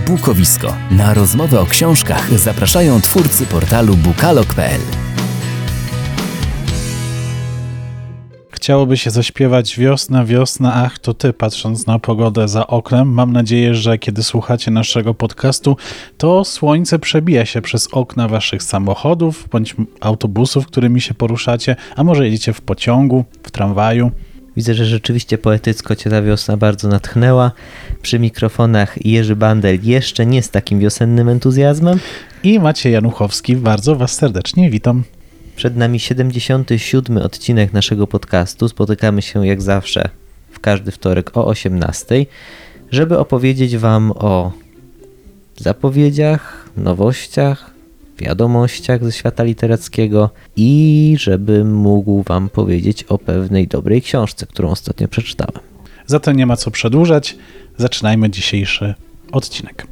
Bukowisko. Na rozmowę o książkach zapraszają twórcy portalu bukalog.pl. Chciałoby się zaśpiewać wiosna, wiosna, ach to ty, patrząc na pogodę za oknem. Mam nadzieję, że kiedy słuchacie naszego podcastu, to słońce przebija się przez okna waszych samochodów bądź autobusów, którymi się poruszacie, a może jedziecie w pociągu, w tramwaju. Widzę, że rzeczywiście poetycko cię ta wiosna bardzo natchnęła. Przy mikrofonach Jerzy Bandel jeszcze nie z takim wiosennym entuzjazmem. I Maciej Januchowski, bardzo was serdecznie witam. Przed nami 77. odcinek naszego podcastu. Spotykamy się jak zawsze w każdy wtorek o 18:00, żeby opowiedzieć wam o zapowiedziach, nowościach, wiadomościach ze świata literackiego i żebym mógł wam powiedzieć o pewnej dobrej książce, którą ostatnio przeczytałem. Zatem nie ma co przedłużać. Zaczynajmy dzisiejszy odcinek.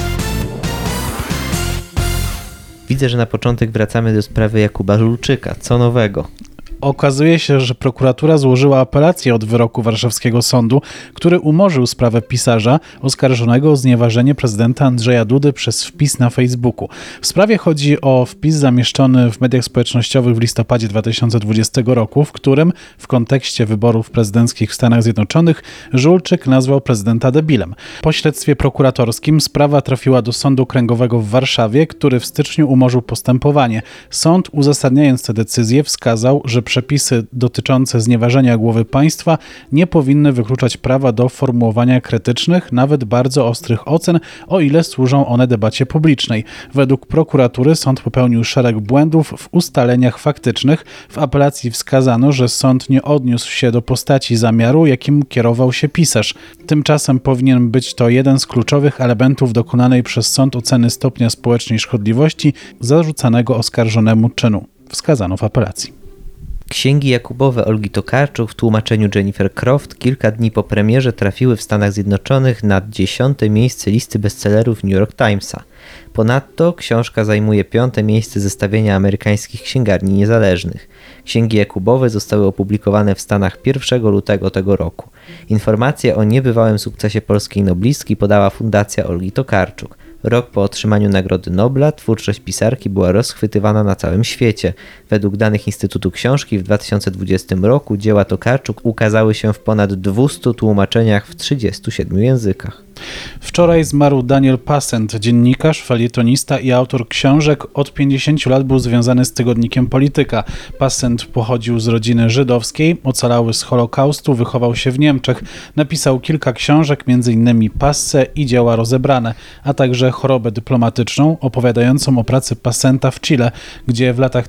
Widzę, że na początek wracamy do sprawy Jakuba Żulczyka. Co nowego? Okazuje się, że prokuratura złożyła apelację od wyroku warszawskiego sądu, który umorzył sprawę pisarza oskarżonego o znieważenie prezydenta Andrzeja Dudy przez wpis na Facebooku. W sprawie chodzi o wpis zamieszczony w mediach społecznościowych w listopadzie 2020 roku, w którym w kontekście wyborów prezydenckich w Stanach Zjednoczonych Żulczyk nazwał prezydenta debilem. Po śledztwie prokuratorskim sprawa trafiła do Sądu Okręgowego w Warszawie, który w styczniu umorzył postępowanie. Sąd, uzasadniając tę decyzję, wskazał, że przepisy dotyczące znieważenia głowy państwa nie powinny wykluczać prawa do formułowania krytycznych, nawet bardzo ostrych ocen, o ile służą one debacie publicznej. Według prokuratury sąd popełnił szereg błędów w ustaleniach faktycznych. W apelacji wskazano, że sąd nie odniósł się do postaci zamiaru, jakim kierował się pisarz. Tymczasem powinien być to jeden z kluczowych elementów dokonanej przez sąd oceny stopnia społecznej szkodliwości zarzucanego oskarżonemu czynu. Wskazano w apelacji. Księgi Jakubowe Olgi Tokarczuk w tłumaczeniu Jennifer Croft kilka dni po premierze trafiły w Stanach Zjednoczonych na 10. miejsce listy bestsellerów New York Timesa. Ponadto książka zajmuje 5. miejsce zestawienia amerykańskich księgarni niezależnych. Księgi Jakubowe zostały opublikowane w Stanach 1 lutego tego roku. Informacje o niebywałym sukcesie polskiej noblistki podała Fundacja Olgi Tokarczuk. Rok po otrzymaniu Nagrody Nobla twórczość pisarki była rozchwytywana na całym świecie. Według danych Instytutu Książki w 2020 roku dzieła Tokarczuk ukazały się w ponad 200 tłumaczeniach w 37 językach. Wczoraj zmarł Daniel Passent, dziennikarz, felietonista i autor książek. Od 50 lat był związany z tygodnikiem Polityka. Passent pochodził z rodziny żydowskiej, ocalały z Holokaustu, wychował się w Niemczech. Napisał kilka książek, m.in. Passę i dzieła rozebrane, a także Chorobę dyplomatyczną, opowiadającą o pracy Passenta w Chile, gdzie w latach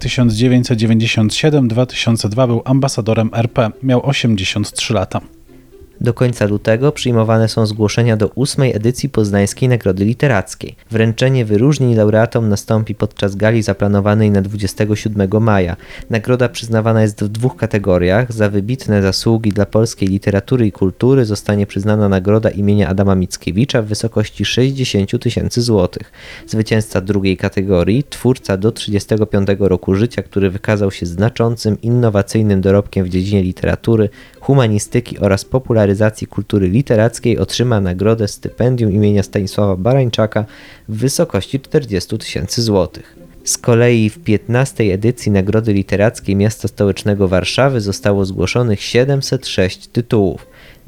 1997-2002 był ambasadorem RP. Miał 83 lata. Do końca lutego przyjmowane są zgłoszenia do 8. edycji Poznańskiej Nagrody Literackiej. Wręczenie wyróżnień laureatom nastąpi podczas gali zaplanowanej na 27 maja. Nagroda przyznawana jest w 2 kategoriach. Za wybitne zasługi dla polskiej literatury i kultury zostanie przyznana nagroda imienia Adama Mickiewicza w wysokości 60 000 złotych. Zwycięzca 2. kategorii, twórca do 35 roku życia, który wykazał się znaczącym, innowacyjnym dorobkiem w dziedzinie literatury, humanistyki oraz popularyzacji kultury literackiej, otrzyma nagrodę stypendium imienia Stanisława Barańczaka w wysokości 40 000 złotych. Z kolei w 15. edycji Nagrody Literackiej Miasta Stołecznego Warszawy zostało zgłoszonych 706 tytułów.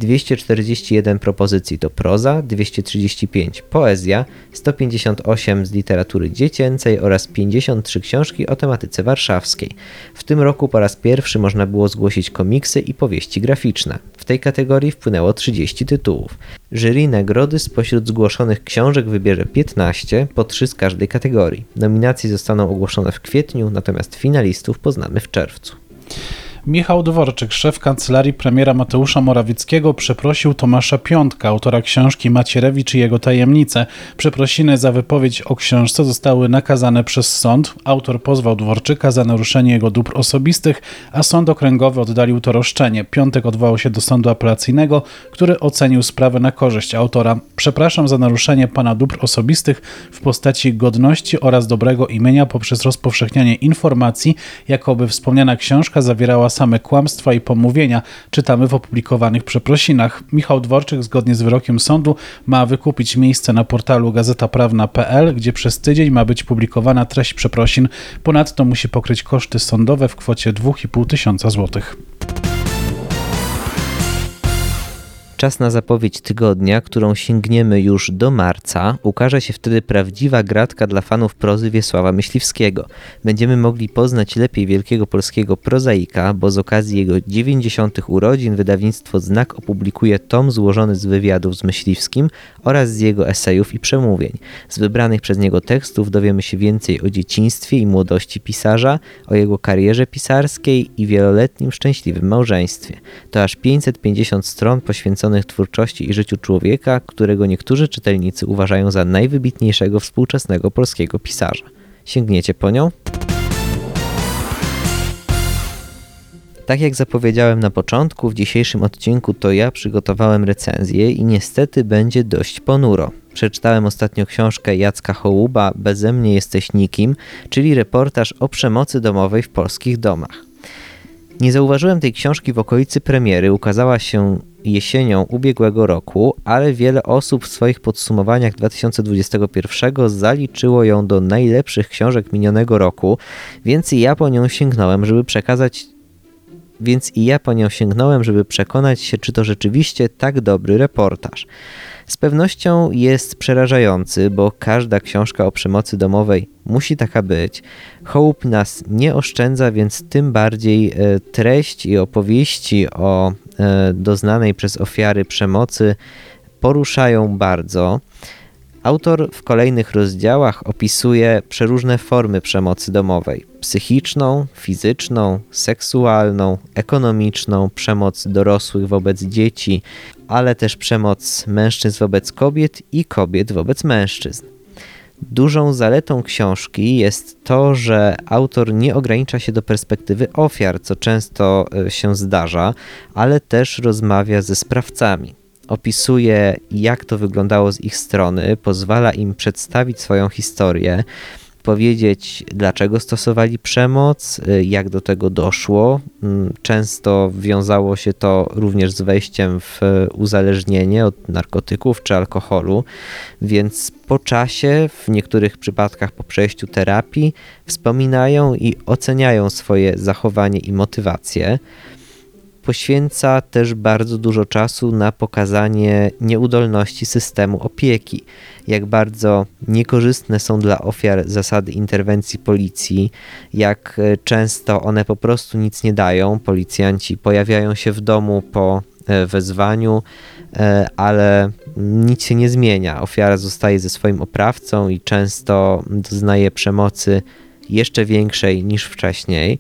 241 propozycji to proza, 235 poezja, 158 z literatury dziecięcej oraz 53 książki o tematyce warszawskiej. W tym roku po raz pierwszy można było zgłosić komiksy i powieści graficzne. W tej kategorii wpłynęło 30 tytułów. Jury nagrody spośród zgłoszonych książek wybierze 15, po 3 z każdej kategorii. Nominacje zostaną ogłoszone w kwietniu, natomiast finalistów poznamy w czerwcu. Michał Dworczyk, szef kancelarii premiera Mateusza Morawieckiego, przeprosił Tomasza Piątka, autora książki Macierewicz i jego tajemnice. Przeprosiny za wypowiedź o książce zostały nakazane przez sąd. Autor pozwał Dworczyka za naruszenie jego dóbr osobistych, a sąd okręgowy oddalił to roszczenie. Piątek odwołał się do sądu apelacyjnego, który ocenił sprawę na korzyść autora. Przepraszam za naruszenie pana dóbr osobistych w postaci godności oraz dobrego imienia poprzez rozpowszechnianie informacji, jakoby wspomniana książka zawierała same kłamstwa i pomówienia, czytamy w opublikowanych przeprosinach. Michał Dworczyk zgodnie z wyrokiem sądu ma wykupić miejsce na portalu gazetaprawna.pl, gdzie przez tydzień ma być publikowana treść przeprosin. Ponadto musi pokryć koszty sądowe w kwocie 2500 złotych. Czas na zapowiedź tygodnia, którą sięgniemy już do marca. Ukaże się wtedy prawdziwa gratka dla fanów prozy Wiesława Myśliwskiego. Będziemy mogli poznać lepiej wielkiego polskiego prozaika, bo z okazji jego 90. urodzin wydawnictwo Znak opublikuje tom złożony z wywiadów z Myśliwskim oraz z jego esejów i przemówień. Z wybranych przez niego tekstów dowiemy się więcej o dzieciństwie i młodości pisarza, o jego karierze pisarskiej i wieloletnim szczęśliwym małżeństwie. To aż 550 stron poświęconych twórczości i życiu człowieka, którego niektórzy czytelnicy uważają za najwybitniejszego współczesnego polskiego pisarza. Sięgniecie po nią? Tak jak zapowiedziałem na początku, w dzisiejszym odcinku to ja przygotowałem recenzję i niestety będzie dość ponuro. Przeczytałem ostatnio książkę Jacka Hołuba „Beze mnie jesteś nikim”, czyli reportaż o przemocy domowej w polskich domach. Nie zauważyłem tej książki w okolicy premiery, ukazała się jesienią ubiegłego roku, ale wiele osób w swoich podsumowaniach 2021 zaliczyło ją do najlepszych książek minionego roku, więc i ja po nią sięgnąłem, żeby przekonać się, czy to rzeczywiście tak dobry reportaż. Z pewnością jest przerażający, bo każda książka o przemocy domowej musi taka być. Hołub nas nie oszczędza, więc tym bardziej treść i opowieści o doznanej przez ofiary przemocy poruszają bardzo. Autor w kolejnych rozdziałach opisuje przeróżne formy przemocy domowej. Psychiczną, fizyczną, seksualną, ekonomiczną, przemoc dorosłych wobec dzieci, ale też przemoc mężczyzn wobec kobiet i kobiet wobec mężczyzn. Dużą zaletą książki jest to, że autor nie ogranicza się do perspektywy ofiar, co często się zdarza, ale też rozmawia ze sprawcami. Opisuje, jak to wyglądało z ich strony, pozwala im przedstawić swoją historię, powiedzieć, dlaczego stosowali przemoc, jak do tego doszło. Często wiązało się to również z wejściem w uzależnienie od narkotyków czy alkoholu, więc po czasie, w niektórych przypadkach po przejściu terapii, wspominają i oceniają swoje zachowanie i motywacje. Poświęca też bardzo dużo czasu na pokazanie nieudolności systemu opieki, jak bardzo niekorzystne są dla ofiar zasady interwencji policji, jak często one po prostu nic nie dają. Policjanci pojawiają się w domu po wezwaniu, ale nic się nie zmienia. Ofiara zostaje ze swoim oprawcą i często doznaje przemocy jeszcze większej niż wcześniej.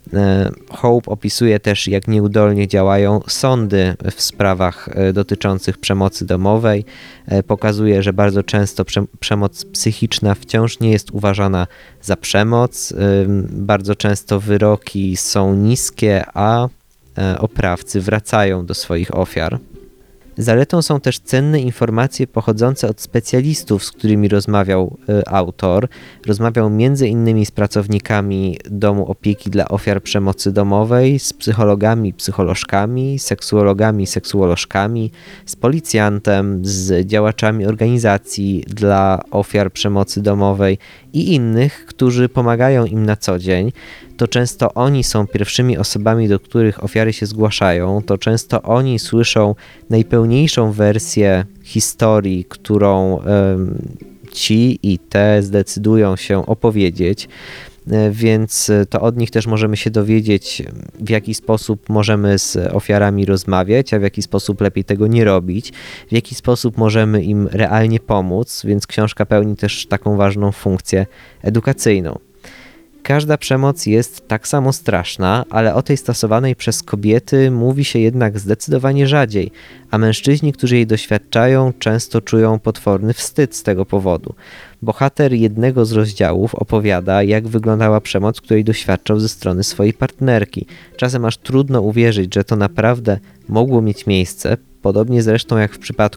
Hołub opisuje też, jak nieudolnie działają sądy w sprawach dotyczących przemocy domowej. Pokazuje, że bardzo często przemoc psychiczna wciąż nie jest uważana za przemoc. Bardzo często wyroki są niskie, a oprawcy wracają do swoich ofiar. Zaletą są też cenne informacje pochodzące od specjalistów, z którymi rozmawiał autor. Rozmawiał m.in. z pracownikami Domu Opieki dla Ofiar Przemocy Domowej, z psychologami, psycholożkami, seksuologami, seksuolożkami, z policjantem, z działaczami organizacji dla ofiar przemocy domowej i innych, którzy pomagają im na co dzień. To często oni są pierwszymi osobami, do których ofiary się zgłaszają. To często oni słyszą najpełniejszą wersję historii, którą ci i te zdecydują się opowiedzieć. Więc to od nich też możemy się dowiedzieć, w jaki sposób możemy z ofiarami rozmawiać, a w jaki sposób lepiej tego nie robić, w jaki sposób możemy im realnie pomóc, więc książka pełni też taką ważną funkcję edukacyjną. Każda przemoc jest tak samo straszna, ale o tej stosowanej przez kobiety mówi się jednak zdecydowanie rzadziej, a mężczyźni, którzy jej doświadczają, często czują potworny wstyd z tego powodu. Bohater jednego z rozdziałów opowiada, jak wyglądała przemoc, której doświadczał ze strony swojej partnerki. Czasem aż trudno uwierzyć, że to naprawdę mogło mieć miejsce, podobnie zresztą jak w przypadku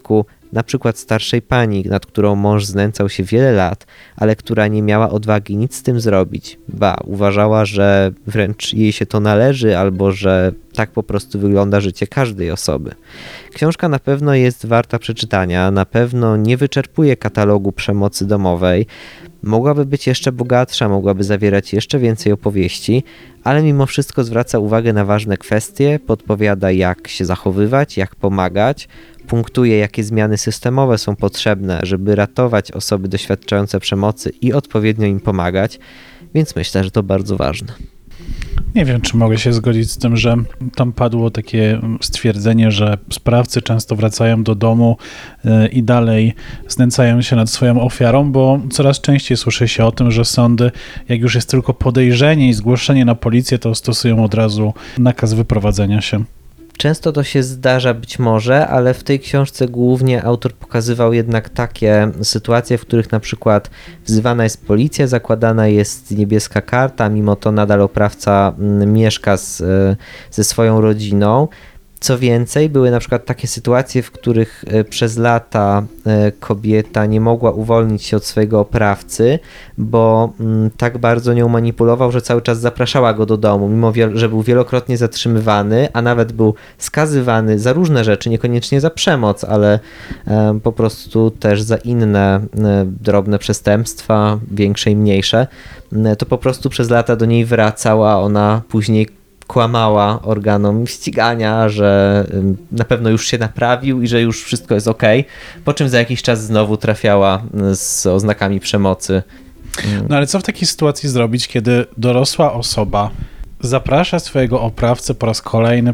na przykład starszej pani, nad którą mąż znęcał się wiele lat, ale która nie miała odwagi nic z tym zrobić. Ba, uważała, że wręcz jej się to należy, albo że tak po prostu wygląda życie każdej osoby. Książka na pewno jest warta przeczytania, na pewno nie wyczerpuje katalogu przemocy domowej, mogłaby być jeszcze bogatsza, mogłaby zawierać jeszcze więcej opowieści, ale mimo wszystko zwraca uwagę na ważne kwestie, podpowiada jak się zachowywać, jak pomagać, punktuje jakie zmiany systemowe są potrzebne, żeby ratować osoby doświadczające przemocy i odpowiednio im pomagać, więc myślę, że to bardzo ważne. Nie wiem, czy mogę się zgodzić z tym, że tam padło takie stwierdzenie, że sprawcy często wracają do domu i dalej znęcają się nad swoją ofiarą, bo coraz częściej słyszy się o tym, że sądy, jak już jest tylko podejrzenie i zgłoszenie na policję, to stosują od razu nakaz wyprowadzenia się. Często to się zdarza być może, ale w tej książce głównie autor pokazywał jednak takie sytuacje, w których na przykład wzywana jest policja, zakładana jest niebieska karta, mimo to nadal oprawca mieszka ze swoją rodziną. Co więcej, były na przykład takie sytuacje, w których przez lata kobieta nie mogła uwolnić się od swojego oprawcy, bo tak bardzo nią manipulował, że cały czas zapraszała go do domu, mimo że był wielokrotnie zatrzymywany, a nawet był skazywany za różne rzeczy, niekoniecznie za przemoc, ale po prostu też za inne drobne przestępstwa, większe i mniejsze. To po prostu przez lata do niej wracał, a ona później kłamała organom ścigania, że na pewno już się naprawił i że już wszystko jest okej, po czym za jakiś czas znowu trafiała z oznakami przemocy. No ale co w takiej sytuacji zrobić, kiedy dorosła osoba zaprasza swojego oprawcę po raz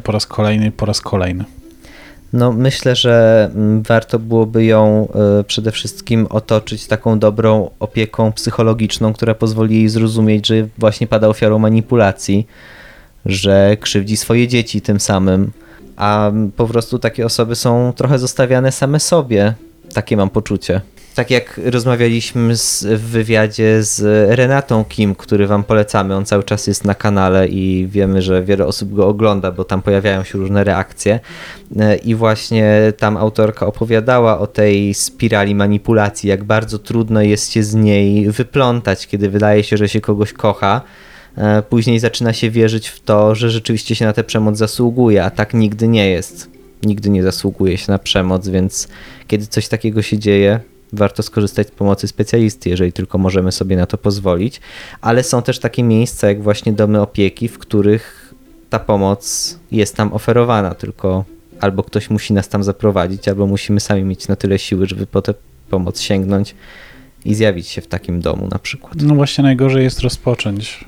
kolejny? No myślę, że warto byłoby ją przede wszystkim otoczyć taką dobrą opieką psychologiczną, która pozwoli jej zrozumieć, że właśnie pada ofiarą manipulacji, że krzywdzi swoje dzieci tym samym, a po prostu takie osoby są trochę zostawiane same sobie. Takie mam poczucie. Tak jak rozmawialiśmy w wywiadzie z Renatą Kim, który wam polecamy, on cały czas jest na kanale i wiemy, że wiele osób go ogląda, bo tam pojawiają się różne reakcje i właśnie tam autorka opowiadała o tej spirali manipulacji, jak bardzo trudno jest się z niej wyplątać, kiedy wydaje się, że się kogoś kocha. Później zaczyna się wierzyć w to, że rzeczywiście się na tę przemoc zasługuje, a tak nigdy nie jest. Nigdy nie zasługuje się na przemoc, więc kiedy coś takiego się dzieje, warto skorzystać z pomocy specjalisty, jeżeli tylko możemy sobie na to pozwolić. Ale są też takie miejsca, jak właśnie domy opieki, w których ta pomoc jest tam oferowana, tylko albo ktoś musi nas tam zaprowadzić, albo musimy sami mieć na tyle siły, żeby po tę pomoc sięgnąć i zjawić się w takim domu na przykład. No właśnie najgorzej jest rozpocząć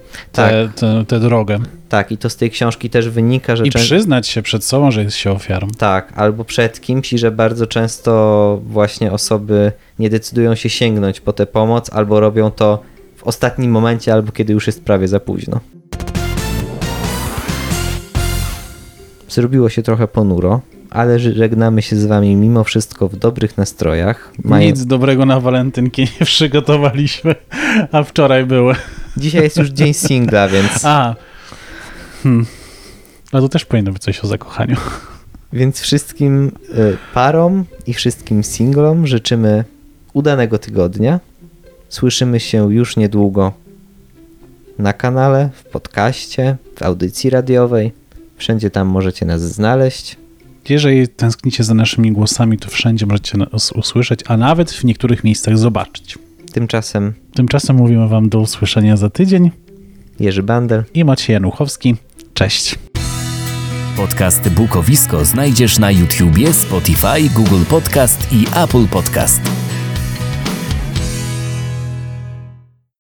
tę drogę. Tak, i to z tej książki też wynika, że... I przyznać się przed sobą, że jest się ofiarą. Tak, albo przed kimś i że bardzo często właśnie osoby nie decydują się sięgnąć po tę pomoc, albo robią to w ostatnim momencie, albo kiedy już jest prawie za późno. Zrobiło się trochę ponuro, ale żegnamy się z wami mimo wszystko w dobrych nastrojach. Nic dobrego na walentynki nie przygotowaliśmy, a wczoraj były. Dzisiaj jest już dzień singla, więc... No to też powinno być coś o zakochaniu. Więc wszystkim parom i wszystkim singlom życzymy udanego tygodnia. Słyszymy się już niedługo na kanale, w podcaście, w audycji radiowej. Wszędzie tam możecie nas znaleźć. Jeżeli tęsknicie za naszymi głosami, to wszędzie możecie nas usłyszeć, a nawet w niektórych miejscach zobaczyć. Tymczasem mówimy wam do usłyszenia za tydzień. Jerzy Bandel i Maciej Januchowski. Cześć. Podcast Bukowisko znajdziesz na YouTubie, Spotify, Google Podcast i Apple Podcast.